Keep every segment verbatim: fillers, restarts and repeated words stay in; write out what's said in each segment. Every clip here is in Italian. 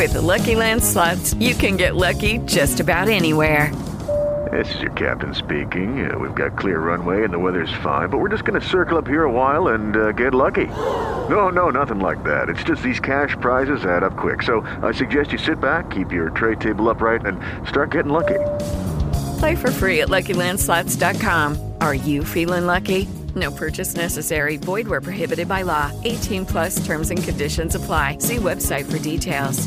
With Lucky Land Slots, you can get lucky just about anywhere. This is your captain speaking. Uh, we've got clear runway and the weather's fine, but we're just going to circle up here a while and uh, get lucky. No, no, nothing like that. It's just these cash prizes add up quick. So I suggest you sit back, keep your tray table upright, and start getting lucky. Play for free at Lucky Land Slots dot com. Are you feeling lucky? No purchase necessary. Void where prohibited by law. eighteen plus terms and conditions apply. See website for details.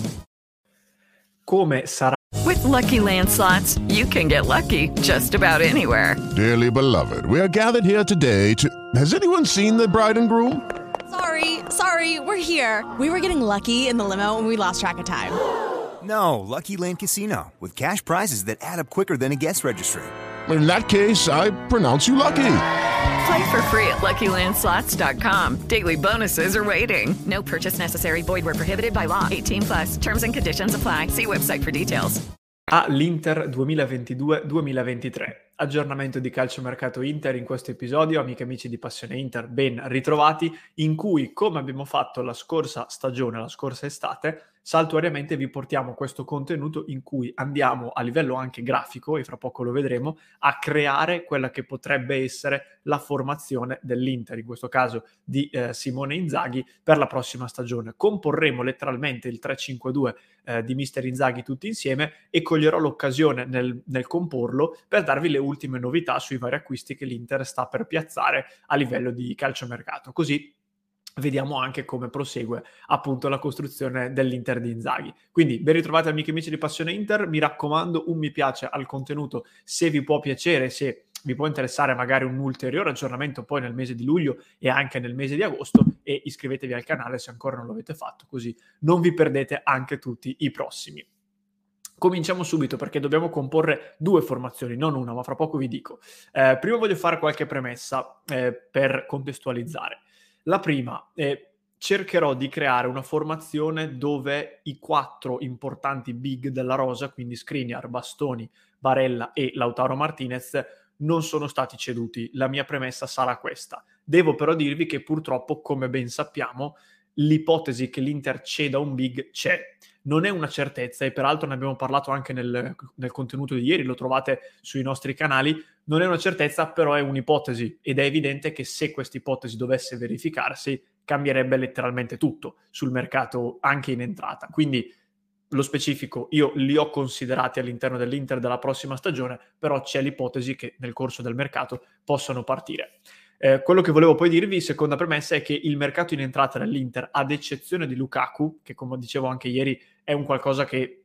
Come sarà? With Lucky Land Slots, you can get lucky just about anywhere. Dearly beloved, we are gathered here today to... Has anyone seen the bride and groom? Sorry, sorry, we're here. We were getting lucky in the limo and we lost track of time. No, Lucky Land Casino, with cash prizes that add up quicker than a guest registry. In that case, I pronounce you lucky. Play for free at Lucky Land Slots dot com. Daily bonuses are waiting. No purchase necessary. Void where prohibited by law. eighteen plus. Terms and conditions apply. See website for details. All'Inter duemilaventidue duemilaventitré. Aggiornamento di calciomercato Inter in questo episodio, amiche e amici di Passione Inter, ben ritrovati, in cui, come abbiamo fatto la scorsa stagione, la scorsa estate, saltuariamente vi portiamo questo contenuto in cui andiamo a livello anche grafico, e fra poco lo vedremo, a creare quella che potrebbe essere la formazione dell'Inter, in questo caso di eh, Simone Inzaghi, per la prossima stagione. Comporremo letteralmente il tre cinque due eh, di mister Inzaghi tutti insieme e coglierò l'occasione nel, nel comporlo per darvi le ultime novità sui vari acquisti che l'Inter sta per piazzare a livello di calciomercato. Così vediamo anche come prosegue appunto la costruzione dell'Inter di Inzaghi. Quindi ben ritrovati amiche e amici di Passione Inter, mi raccomando un mi piace al contenuto se vi può piacere, se vi può interessare magari un ulteriore aggiornamento poi nel mese di luglio e anche nel mese di agosto, e iscrivetevi al canale se ancora non l'avete fatto, così non vi perdete anche tutti i prossimi. Cominciamo subito perché dobbiamo comporre due formazioni, non una, ma fra poco vi dico. Eh, prima voglio fare qualche premessa eh, per contestualizzare. La prima, eh, cercherò di creare una formazione dove i quattro importanti big della rosa, quindi Skriniar, Bastoni, Barella e Lautaro Martinez, non sono stati ceduti. La mia premessa sarà questa. Devo però dirvi che purtroppo, come ben sappiamo, l'ipotesi che l'Inter ceda un big c'è. Non è una certezza, e peraltro ne abbiamo parlato anche nel, nel contenuto di ieri, lo trovate sui nostri canali. Non è una certezza, però è un'ipotesi, ed è evidente che se questa ipotesi dovesse verificarsi, cambierebbe letteralmente tutto sul mercato anche in entrata. Quindi lo specifico io li ho considerati all'interno dell'Inter della prossima stagione, però c'è l'ipotesi che nel corso del mercato possano partire. Eh, quello che volevo poi dirvi, seconda premessa, è che il mercato in entrata dell'Inter, ad eccezione di Lukaku, che come dicevo anche ieri è un qualcosa che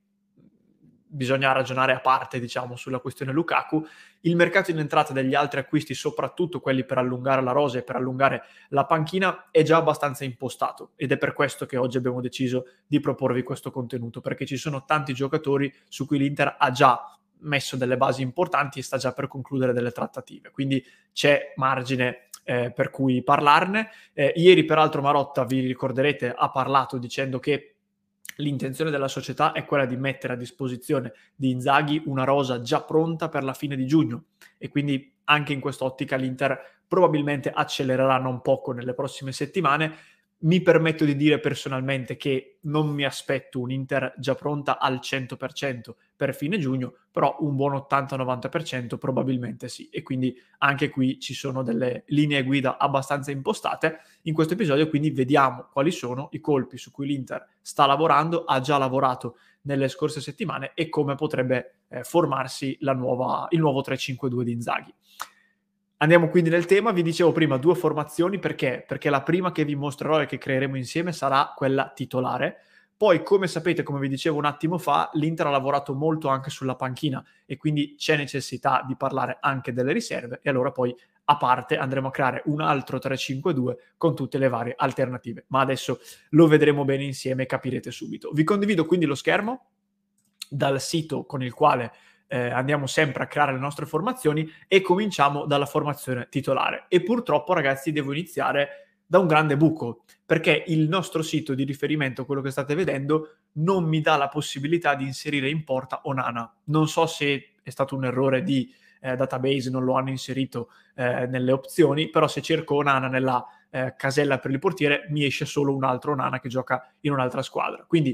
bisogna ragionare a parte, diciamo, sulla questione Lukaku, il mercato in entrata degli altri acquisti, soprattutto quelli per allungare la rosa e per allungare la panchina, è già abbastanza impostato, ed è per questo che oggi abbiamo deciso di proporvi questo contenuto, perché ci sono tanti giocatori su cui l'Inter ha già messo delle basi importanti e sta già per concludere delle trattative, quindi c'è margine eh, per cui parlarne. Eh, ieri peraltro Marotta, vi ricorderete, ha parlato dicendo che l'intenzione della società è quella di mettere a disposizione di Inzaghi una rosa già pronta per la fine di giugno, e quindi anche in quest'ottica l'Inter probabilmente accelererà non poco nelle prossime settimane. Mi permetto di dire personalmente che non mi aspetto un Inter già pronta al cento per cento per fine giugno, però un buon ottanta novanta per cento probabilmente sì, e quindi anche qui ci sono delle linee guida abbastanza impostate in questo episodio, quindi vediamo quali sono i colpi su cui l'Inter sta lavorando, ha già lavorato nelle scorse settimane, e come potrebbe eh, formarsi la nuova, il nuovo tre cinque due di Inzaghi. Andiamo quindi nel tema. Vi dicevo prima due formazioni, perché? Perché la prima che vi mostrerò e che creeremo insieme sarà quella titolare. Poi, come sapete, come vi dicevo un attimo fa, l'Inter ha lavorato molto anche sulla panchina, e quindi c'è necessità di parlare anche delle riserve, e allora poi a parte andremo a creare un altro tre cinque due con tutte le varie alternative. Ma adesso lo vedremo bene insieme e capirete subito. Vi condivido quindi lo schermo dal sito con il quale Eh, andiamo sempre a creare le nostre formazioni, e cominciamo dalla formazione titolare. E purtroppo, ragazzi, devo iniziare da un grande buco, perché il nostro sito di riferimento, quello che state vedendo, non mi dà la possibilità di inserire in porta Onana. Non so se è stato un errore di eh, database, non lo hanno inserito eh, nelle opzioni, però se cerco Onana nella eh, casella per il portiere mi esce solo un altro Onana che gioca in un'altra squadra. Quindi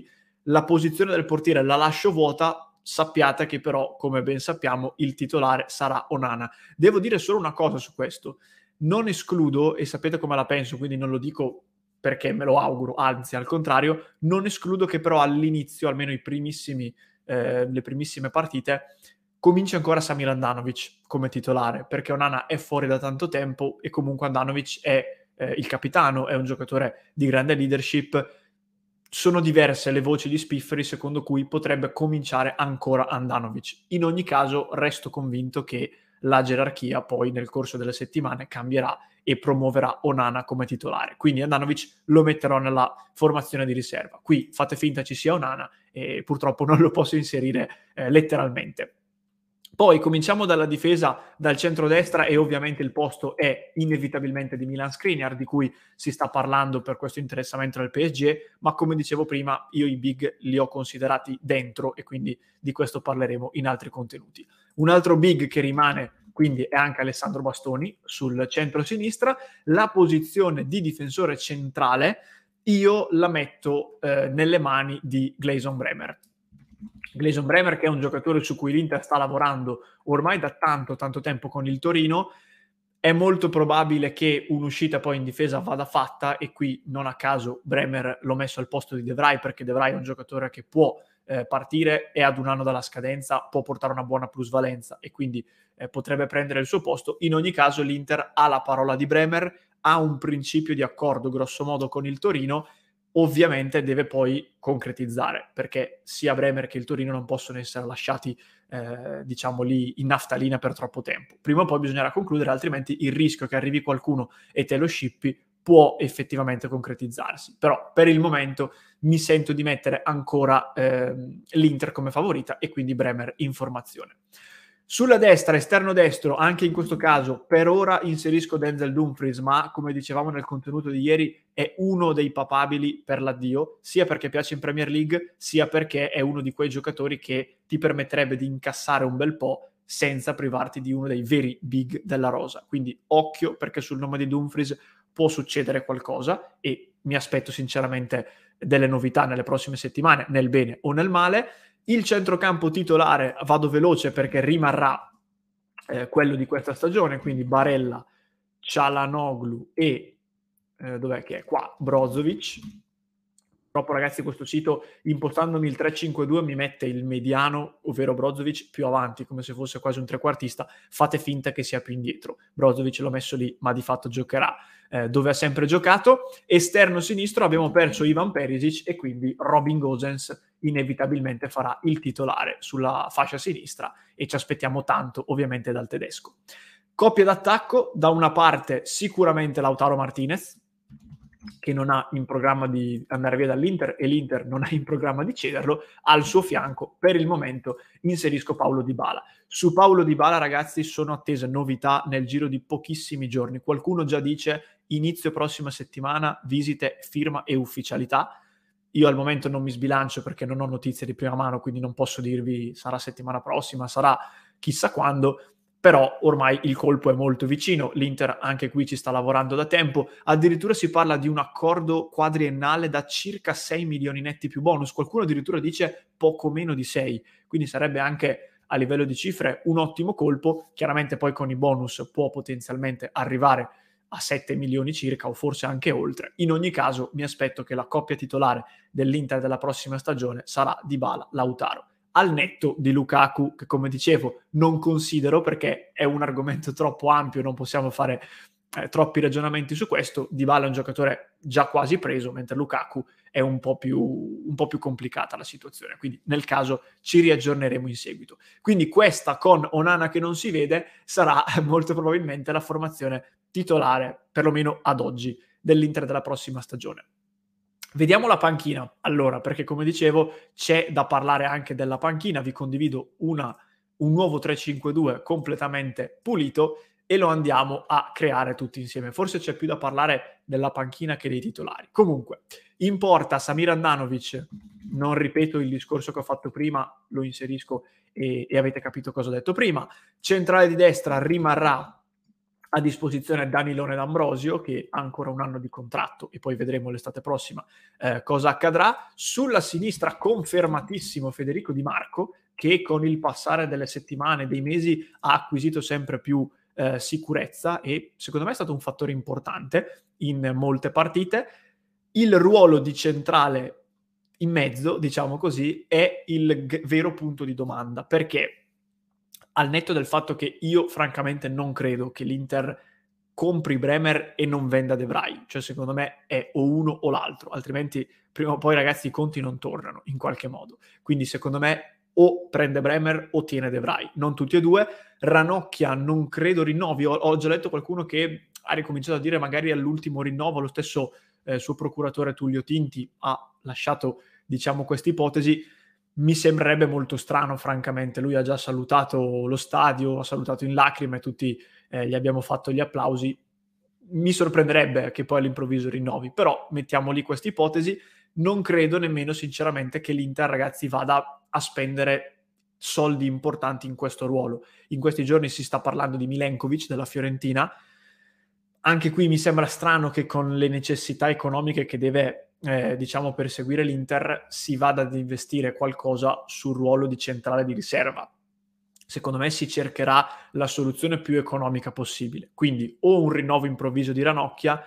la posizione del portiere la lascio vuota, sappiate che però, come ben sappiamo, il titolare sarà Onana. Devo dire solo una cosa su questo: non escludo, e sapete come la penso, quindi non lo dico perché me lo auguro, anzi al contrario, non escludo che però all'inizio, almeno i primissimi, eh, le primissime partite, cominci ancora Samir Handanovic come titolare, perché Onana è fuori da tanto tempo e comunque Handanovic è eh, il capitano, è un giocatore di grande leadership. Sono diverse le voci di spifferi secondo cui potrebbe cominciare ancora Handanovic. In ogni caso resto convinto che la gerarchia poi nel corso delle settimane cambierà e promuoverà Onana come titolare. Quindi Handanovic lo metterò nella formazione di riserva. Qui fate finta ci sia Onana e purtroppo non lo posso inserire eh, letteralmente. Poi cominciamo dalla difesa, dal centrodestra, e ovviamente il posto è inevitabilmente di Milan Skriniar, di cui si sta parlando per questo interessamento del P S G, ma come dicevo prima io i big li ho considerati dentro e quindi di questo parleremo in altri contenuti. Un altro big che rimane quindi è anche Alessandro Bastoni sul centro-sinistra. La posizione di difensore centrale io la metto eh, nelle mani di Gleison Bremer. Gleison Bremer, che è un giocatore su cui l'Inter sta lavorando ormai da tanto tanto tempo con il Torino. È molto probabile che un'uscita poi in difesa vada fatta, e qui non a caso Bremer l'ho messo al posto di De Vrij, perché De Vrij è un giocatore che può eh, partire e ad un anno dalla scadenza può portare una buona plusvalenza e quindi eh, potrebbe prendere il suo posto. In ogni caso l'Inter ha la parola di Bremer, ha un principio di accordo grosso modo con il Torino. Ovviamente deve poi concretizzare, perché sia Bremer che il Torino non possono essere lasciati eh, diciamo lì in naftalina per troppo tempo. Prima o poi bisognerà concludere, altrimenti il rischio che arrivi qualcuno e te lo scippi può effettivamente concretizzarsi. Però per il momento mi sento di mettere ancora eh, l'Inter come favorita e quindi Bremer in formazione. Sulla destra, esterno destro, anche in questo caso per ora inserisco Denzel Dumfries, ma come dicevamo nel contenuto di ieri è uno dei papabili per l'addio, sia perché piace in Premier League, sia perché è uno di quei giocatori che ti permetterebbe di incassare un bel po' senza privarti di uno dei veri big della rosa. Quindi occhio, perché sul nome di Dumfries può succedere qualcosa e mi aspetto sinceramente delle novità nelle prossime settimane, nel bene o nel male. Il centrocampo titolare, vado veloce perché rimarrà eh, quello di questa stagione, quindi Barella, Çalhanoğlu e eh, dov'è che è? Qua, Brozovic. Purtroppo ragazzi questo sito, impostandomi il tre cinque due, mi mette il mediano, ovvero Brozovic, più avanti, come se fosse quasi un trequartista. Fate finta che sia più indietro. Brozovic l'ho messo lì, ma di fatto giocherà eh, dove ha sempre giocato. Esterno sinistro abbiamo perso Ivan Perisic e quindi Robin Gosens inevitabilmente farà il titolare sulla fascia sinistra e ci aspettiamo tanto ovviamente dal tedesco. Coppia d'attacco, da una parte sicuramente Lautaro Martinez, che non ha in programma di andare via dall'Inter e l'Inter non ha in programma di cederlo. Al suo fianco per il momento inserisco Paulo Dybala. Su Paulo Dybala ragazzi sono attese novità nel giro di pochissimi giorni. Qualcuno già dice inizio prossima settimana, visite, firma e ufficialità. Io al momento non mi sbilancio perché non ho notizie di prima mano, quindi non posso dirvi sarà settimana prossima, sarà chissà quando, però ormai il colpo è molto vicino. L'Inter anche qui ci sta lavorando da tempo, addirittura si parla di un accordo quadriennale da circa sei milioni netti più bonus, qualcuno addirittura dice poco meno di sei, quindi sarebbe anche a livello di cifre un ottimo colpo. Chiaramente poi con i bonus può potenzialmente arrivare a sette milioni circa o forse anche oltre. In ogni caso mi aspetto che la coppia titolare dell'Inter della prossima stagione sarà Dybala-Lautaro, al netto di Lukaku, che come dicevo non considero perché è un argomento troppo ampio, non possiamo fare eh, troppi ragionamenti su questo. Dybala è un giocatore già quasi preso, mentre Lukaku è un po' più, un po' più complicata la situazione, quindi nel caso ci riaggiorneremo in seguito. Quindi questa con Onana che non si vede sarà molto probabilmente la formazione titolare, perlomeno ad oggi, dell'Inter della prossima stagione. Vediamo la panchina, allora, perché come dicevo c'è da parlare anche della panchina. Vi condivido una, un nuovo tre cinque due completamente pulito e lo andiamo a creare tutti insieme. Forse c'è più da parlare della panchina che dei titolari. Comunque, in porta Samir Handanovic, non ripeto il discorso che ho fatto prima, lo inserisco e, e avete capito cosa ho detto prima. Centrale di destra rimarrà a disposizione Danilone D'Ambrosio, che ha ancora un anno di contratto e poi vedremo l'estate prossima eh, cosa accadrà. Sulla sinistra confermatissimo Federico Di Marco, che con il passare delle settimane, dei mesi, ha acquisito sempre più eh, sicurezza e secondo me è stato un fattore importante in molte partite. Il ruolo di centrale in mezzo, diciamo così, è il g- vero punto di domanda, perché al netto del fatto che io francamente non credo che l'Inter compri Bremer e non venda De Vrij, cioè secondo me è o uno o l'altro, altrimenti prima o poi ragazzi i conti non tornano in qualche modo, quindi secondo me o prende Bremer o tiene De Vrij, non tutti e due. Ranocchia non credo rinnovi, ho, ho già letto qualcuno che ha ricominciato a dire magari all'ultimo rinnovo, lo stesso eh, suo procuratore Tullio Tinti ha lasciato diciamo questa ipotesi. Mi sembrerebbe molto strano francamente, lui ha già salutato lo stadio, ha salutato in lacrime, tutti eh, gli abbiamo fatto gli applausi, mi sorprenderebbe che poi all'improvviso rinnovi, però mettiamo lì questa ipotesi. Non credo nemmeno sinceramente che l'Inter ragazzi vada a spendere soldi importanti in questo ruolo. In questi giorni si sta parlando di Milenkovic della Fiorentina, anche qui mi sembra strano che con le necessità economiche che deve eh, diciamo perseguire l'Inter si vada ad investire qualcosa sul ruolo di centrale di riserva. Secondo me si cercherà la soluzione più economica possibile, quindi o un rinnovo improvviso di Ranocchia.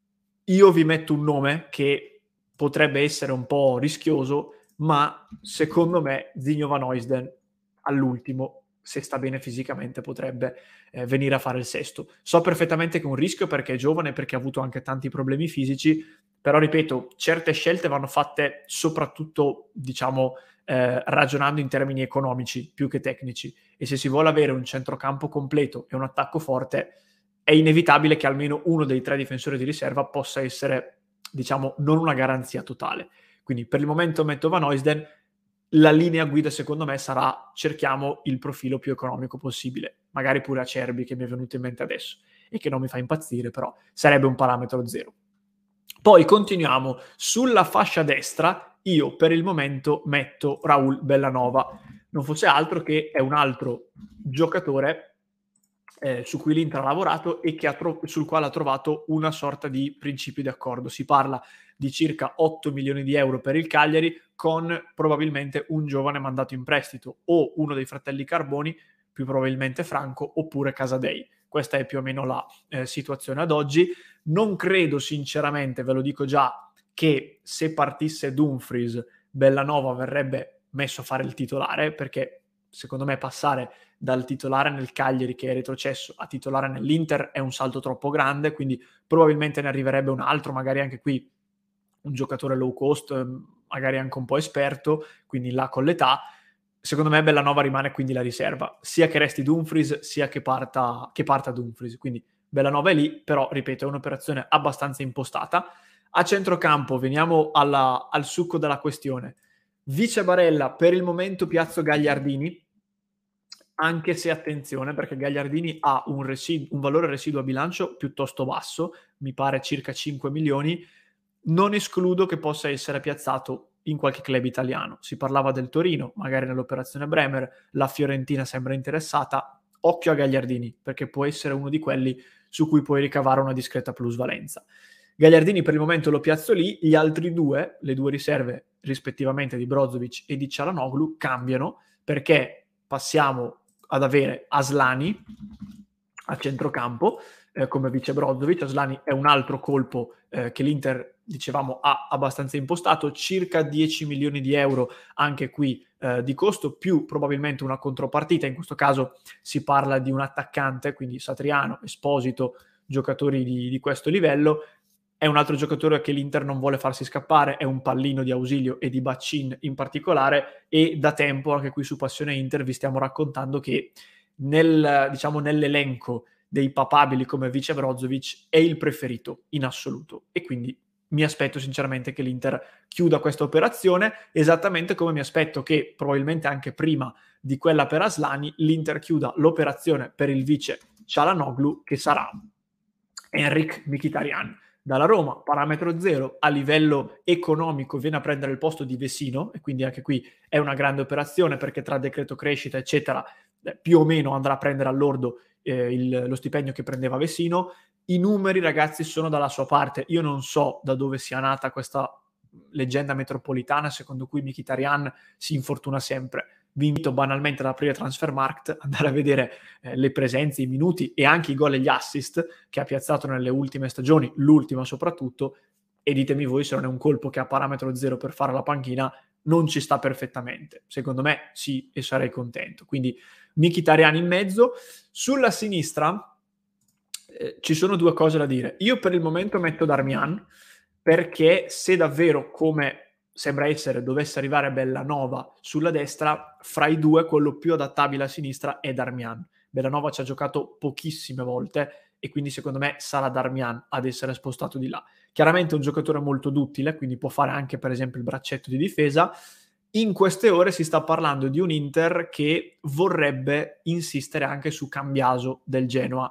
Io vi metto un nome che potrebbe essere un po' rischioso, ma secondo me Zinho Van Oisden all'ultimo, se sta bene fisicamente, potrebbe eh, venire a fare il sesto. So perfettamente che è un rischio perché è giovane, perché ha avuto anche tanti problemi fisici, però ripeto, certe scelte vanno fatte soprattutto, diciamo, eh, ragionando in termini economici più che tecnici, e se si vuole avere un centrocampo completo e un attacco forte è inevitabile che almeno uno dei tre difensori di riserva possa essere, diciamo, non una garanzia totale. Quindi per il momento metto Van Oisden. La linea guida secondo me sarà cerchiamo il profilo più economico possibile, magari pure Acerbi che mi è venuto in mente adesso e che non mi fa impazzire, però sarebbe un parametro zero. Poi continuiamo sulla fascia destra. Io per il momento metto Raul Bellanova, non fosse altro che è un altro giocatore Eh, su cui l'Inter ha lavorato e che ha tro- sul quale ha trovato una sorta di principio di accordo. Si parla di circa otto milioni di euro per il Cagliari, con probabilmente un giovane mandato in prestito, o uno dei fratelli Carboni, più probabilmente Franco, oppure Casadei. Questa è più o meno la eh, situazione ad oggi. Non credo sinceramente, ve lo dico già, che se partisse Dumfries Bellanova verrebbe messo a fare il titolare, perché secondo me passare dal titolare nel Cagliari, che è retrocesso, a titolare nell'Inter è un salto troppo grande, quindi probabilmente ne arriverebbe un altro, magari anche qui un giocatore low cost, magari anche un po' esperto, quindi là con l'età. Secondo me Bellanova rimane quindi la riserva, sia che resti Dumfries, sia che parta, che parta Dumfries, quindi Bellanova è lì, però ripeto è un'operazione abbastanza impostata. A centrocampo veniamo alla, al succo della questione. Vice Barella, per il momento piazzo Gagliardini, anche se attenzione perché Gagliardini ha un, residu- un valore residuo a bilancio piuttosto basso, mi pare circa cinque milioni, non escludo che possa essere piazzato in qualche club italiano. Si parlava del Torino, magari nell'operazione Bremer, la Fiorentina sembra interessata. Occhio a Gagliardini, perché può essere uno di quelli su cui puoi ricavare una discreta plusvalenza. Gagliardini per il momento lo piazzo lì, gli altri due, le due riserve rispettivamente di Brozovic e di Çalhanoğlu, cambiano perché passiamo ad avere Aslani a centrocampo eh, come vice Brozovic. Aslani è un altro colpo eh, che l'Inter, dicevamo, ha abbastanza impostato, circa dieci milioni di euro anche qui eh, di costo, più probabilmente una contropartita. In questo caso si parla di un attaccante, quindi Satriano, Esposito, giocatori di, di questo livello. È un altro giocatore che l'Inter non vuole farsi scappare, è un pallino di Ausilio e di Baccin in particolare, e da tempo anche qui su Passione Inter vi stiamo raccontando che nel, diciamo, nell'elenco dei papabili come vice Brozovic è il preferito in assoluto, e quindi mi aspetto sinceramente che l'Inter chiuda questa operazione, esattamente come mi aspetto che probabilmente anche prima di quella per Aslani l'Inter chiuda l'operazione per il vice Çalhanoğlu, che sarà Henrikh Mkhitaryan. Dalla Roma, parametro zero, a livello economico viene a prendere il posto di Vesino, e quindi anche qui è una grande operazione perché tra decreto crescita eccetera eh, più o meno andrà a prendere all'ordo eh, il, lo stipendio che prendeva Vecino. I numeri, ragazzi, sono dalla sua parte. Io non so da dove sia nata questa leggenda metropolitana secondo cui Mkhitaryan si infortuna sempre. Vi invito banalmente ad aprire Transfermarkt, andare a vedere eh, le presenze, i minuti e anche i gol e gli assist che ha piazzato nelle ultime stagioni, l'ultima soprattutto, e ditemi voi se non è un colpo che a parametro zero per fare la panchina non ci sta perfettamente. Secondo me sì, e sarei contento. Quindi Mkhitaryan in mezzo. Sulla sinistra eh, ci sono due cose da dire. Io per il momento metto Darmian, perché se davvero, come sembra essere, dovesse arrivare Bellanova sulla destra, fra i due quello più adattabile a sinistra è Darmian. Bellanova ci ha giocato pochissime volte e quindi secondo me sarà Darmian ad essere spostato di là. Chiaramente è un giocatore molto duttile, quindi può fare anche per esempio il braccetto di difesa. In queste ore si sta parlando di un Inter che vorrebbe insistere anche su Cambiaso del Genoa.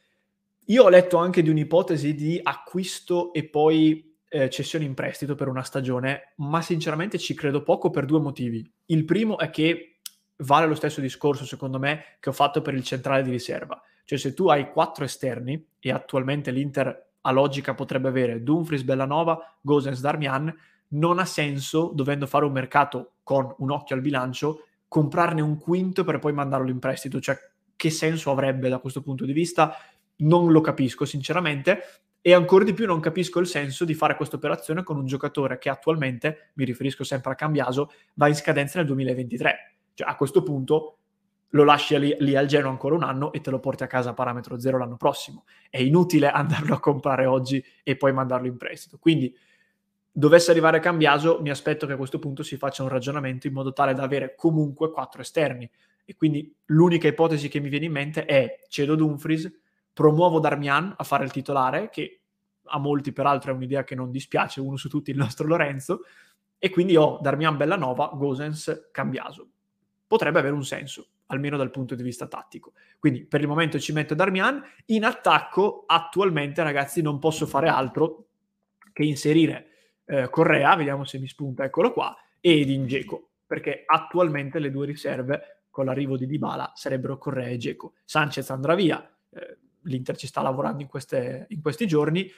Io ho letto anche di un'ipotesi di acquisto e poi Eh, cessione in prestito per una stagione, ma sinceramente ci credo poco per due motivi. Il primo è che vale lo stesso discorso, secondo me, che ho fatto per il centrale di riserva. Cioè, se tu hai quattro esterni, e attualmente l'Inter a logica potrebbe avere Dumfries, Bellanova, Gosens, Darmian, non ha senso, dovendo fare un mercato con un occhio al bilancio, comprarne un quinto per poi mandarlo in prestito. Cioè, che senso avrebbe da questo punto di vista? Non lo capisco, sinceramente. E ancora di più non capisco il senso di fare questa operazione con un giocatore che attualmente, mi riferisco sempre a Cambiaso, va in scadenza nel duemilaventitré. Cioè a questo punto lo lasci lì, lì al Genoa ancora un anno e te lo porti a casa a parametro zero l'anno prossimo. È inutile andarlo a comprare oggi e poi mandarlo in prestito. Quindi dovesse arrivare Cambiaso, mi aspetto che a questo punto si faccia un ragionamento in modo tale da avere comunque quattro esterni. E quindi l'unica ipotesi che mi viene in mente è cedo Dumfries, promuovo Darmian a fare il titolare, che a molti peraltro è un'idea che non dispiace, uno su tutti il nostro Lorenzo, e quindi ho Darmian, Bellanova, Gosens, Cambiaso. Potrebbe avere un senso, almeno dal punto di vista tattico. Quindi per il momento ci metto Darmian. In attacco attualmente, ragazzi, non posso fare altro che inserire eh, Correa, vediamo se mi spunta, eccolo qua, e Edin Dzeko, perché attualmente le due riserve con l'arrivo di Dybala sarebbero Correa e Dzeko. Sanchez andrà via, eh, l'Inter ci sta lavorando in, queste, in questi giorni.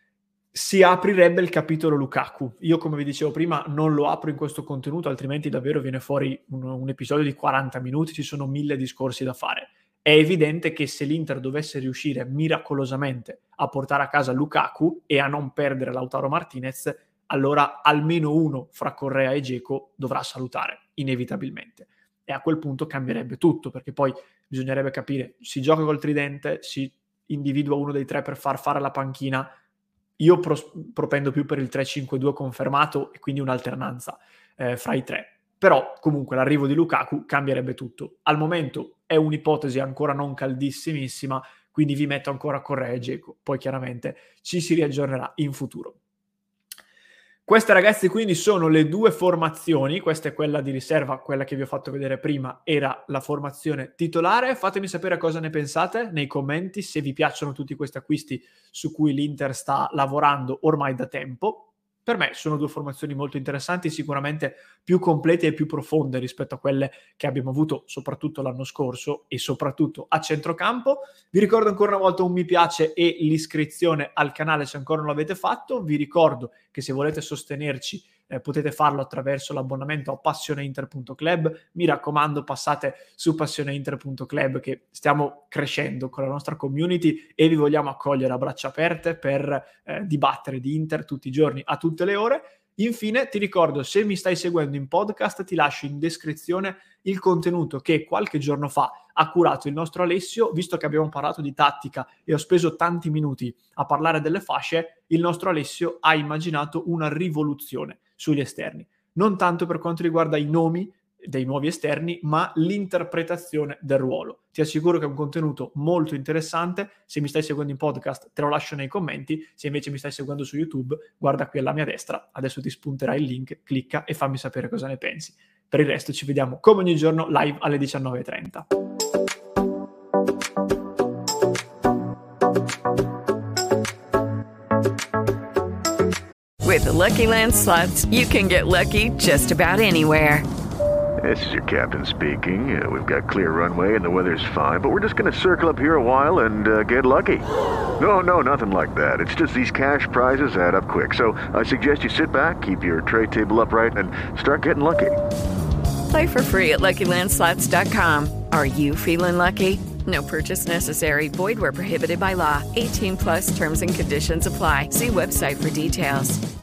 Si aprirebbe il capitolo Lukaku. Io, come vi dicevo prima, non lo apro in questo contenuto, altrimenti davvero viene fuori un, un episodio di quaranta minuti, ci sono mille discorsi da fare. È evidente che se l'Inter dovesse riuscire miracolosamente a portare a casa Lukaku e a non perdere Lautaro Martinez, allora almeno uno fra Correa e Dzeko dovrà salutare, inevitabilmente. E a quel punto cambierebbe tutto, perché poi bisognerebbe capire, si gioca col tridente, si individua uno dei tre per far fare la panchina. Io pros- propendo più per il tre cinque due confermato e quindi un'alternanza eh, fra i tre. Però comunque l'arrivo di Lukaku cambierebbe tutto. Al momento è un'ipotesi ancora non caldissimissima, quindi vi metto ancora Correa e Dzeko. Poi chiaramente ci si riaggiornerà in futuro. Queste, ragazzi, quindi sono le due formazioni. Questa è quella di riserva, quella che vi ho fatto vedere prima era la formazione titolare. Fatemi sapere cosa ne pensate nei commenti, se vi piacciono tutti questi acquisti su cui l'Inter sta lavorando ormai da tempo. Per me sono due formazioni molto interessanti, sicuramente più complete e più profonde rispetto a quelle che abbiamo avuto soprattutto l'anno scorso e soprattutto a centrocampo. Vi ricordo ancora una volta un mi piace e l'iscrizione al canale se ancora non l'avete fatto. Vi ricordo che se volete sostenerci eh, potete farlo attraverso l'abbonamento a passioneinter punto club. Mi raccomando, passate su passioneinter punto club, che stiamo crescendo con la nostra community e vi vogliamo accogliere a braccia aperte per eh, dibattere di Inter tutti i giorni a tutte le ore. Infine ti ricordo, se mi stai seguendo in podcast, ti lascio in descrizione il contenuto che qualche giorno fa ha curato il nostro Alessio. Visto che abbiamo parlato di tattica e ho speso tanti minuti a parlare delle fasce, il nostro Alessio ha immaginato una rivoluzione sugli esterni, non tanto per quanto riguarda i nomi dei nuovi esterni, ma l'interpretazione del ruolo. Ti assicuro che è un contenuto molto interessante. Se mi stai seguendo in podcast te lo lascio nei commenti, se invece mi stai seguendo su YouTube guarda qui alla mia destra, adesso ti spunterà il link, clicca e fammi sapere cosa ne pensi. Per il resto ci vediamo come ogni giorno live alle diciannove e trenta. With the Lucky Land Slots, you can get lucky just about anywhere. This is your captain speaking. Uh, we've got clear runway and the weather's fine, but we're just going to circle up here a while and uh, get lucky. No, no, nothing like that. It's just these cash prizes add up quick. So I suggest you sit back, keep your tray table upright, and start getting lucky. Play for free at Lucky Land Slots dot com. Are you feeling lucky? No purchase necessary. Void where prohibited by law. eighteen plus terms and conditions apply. See website for details.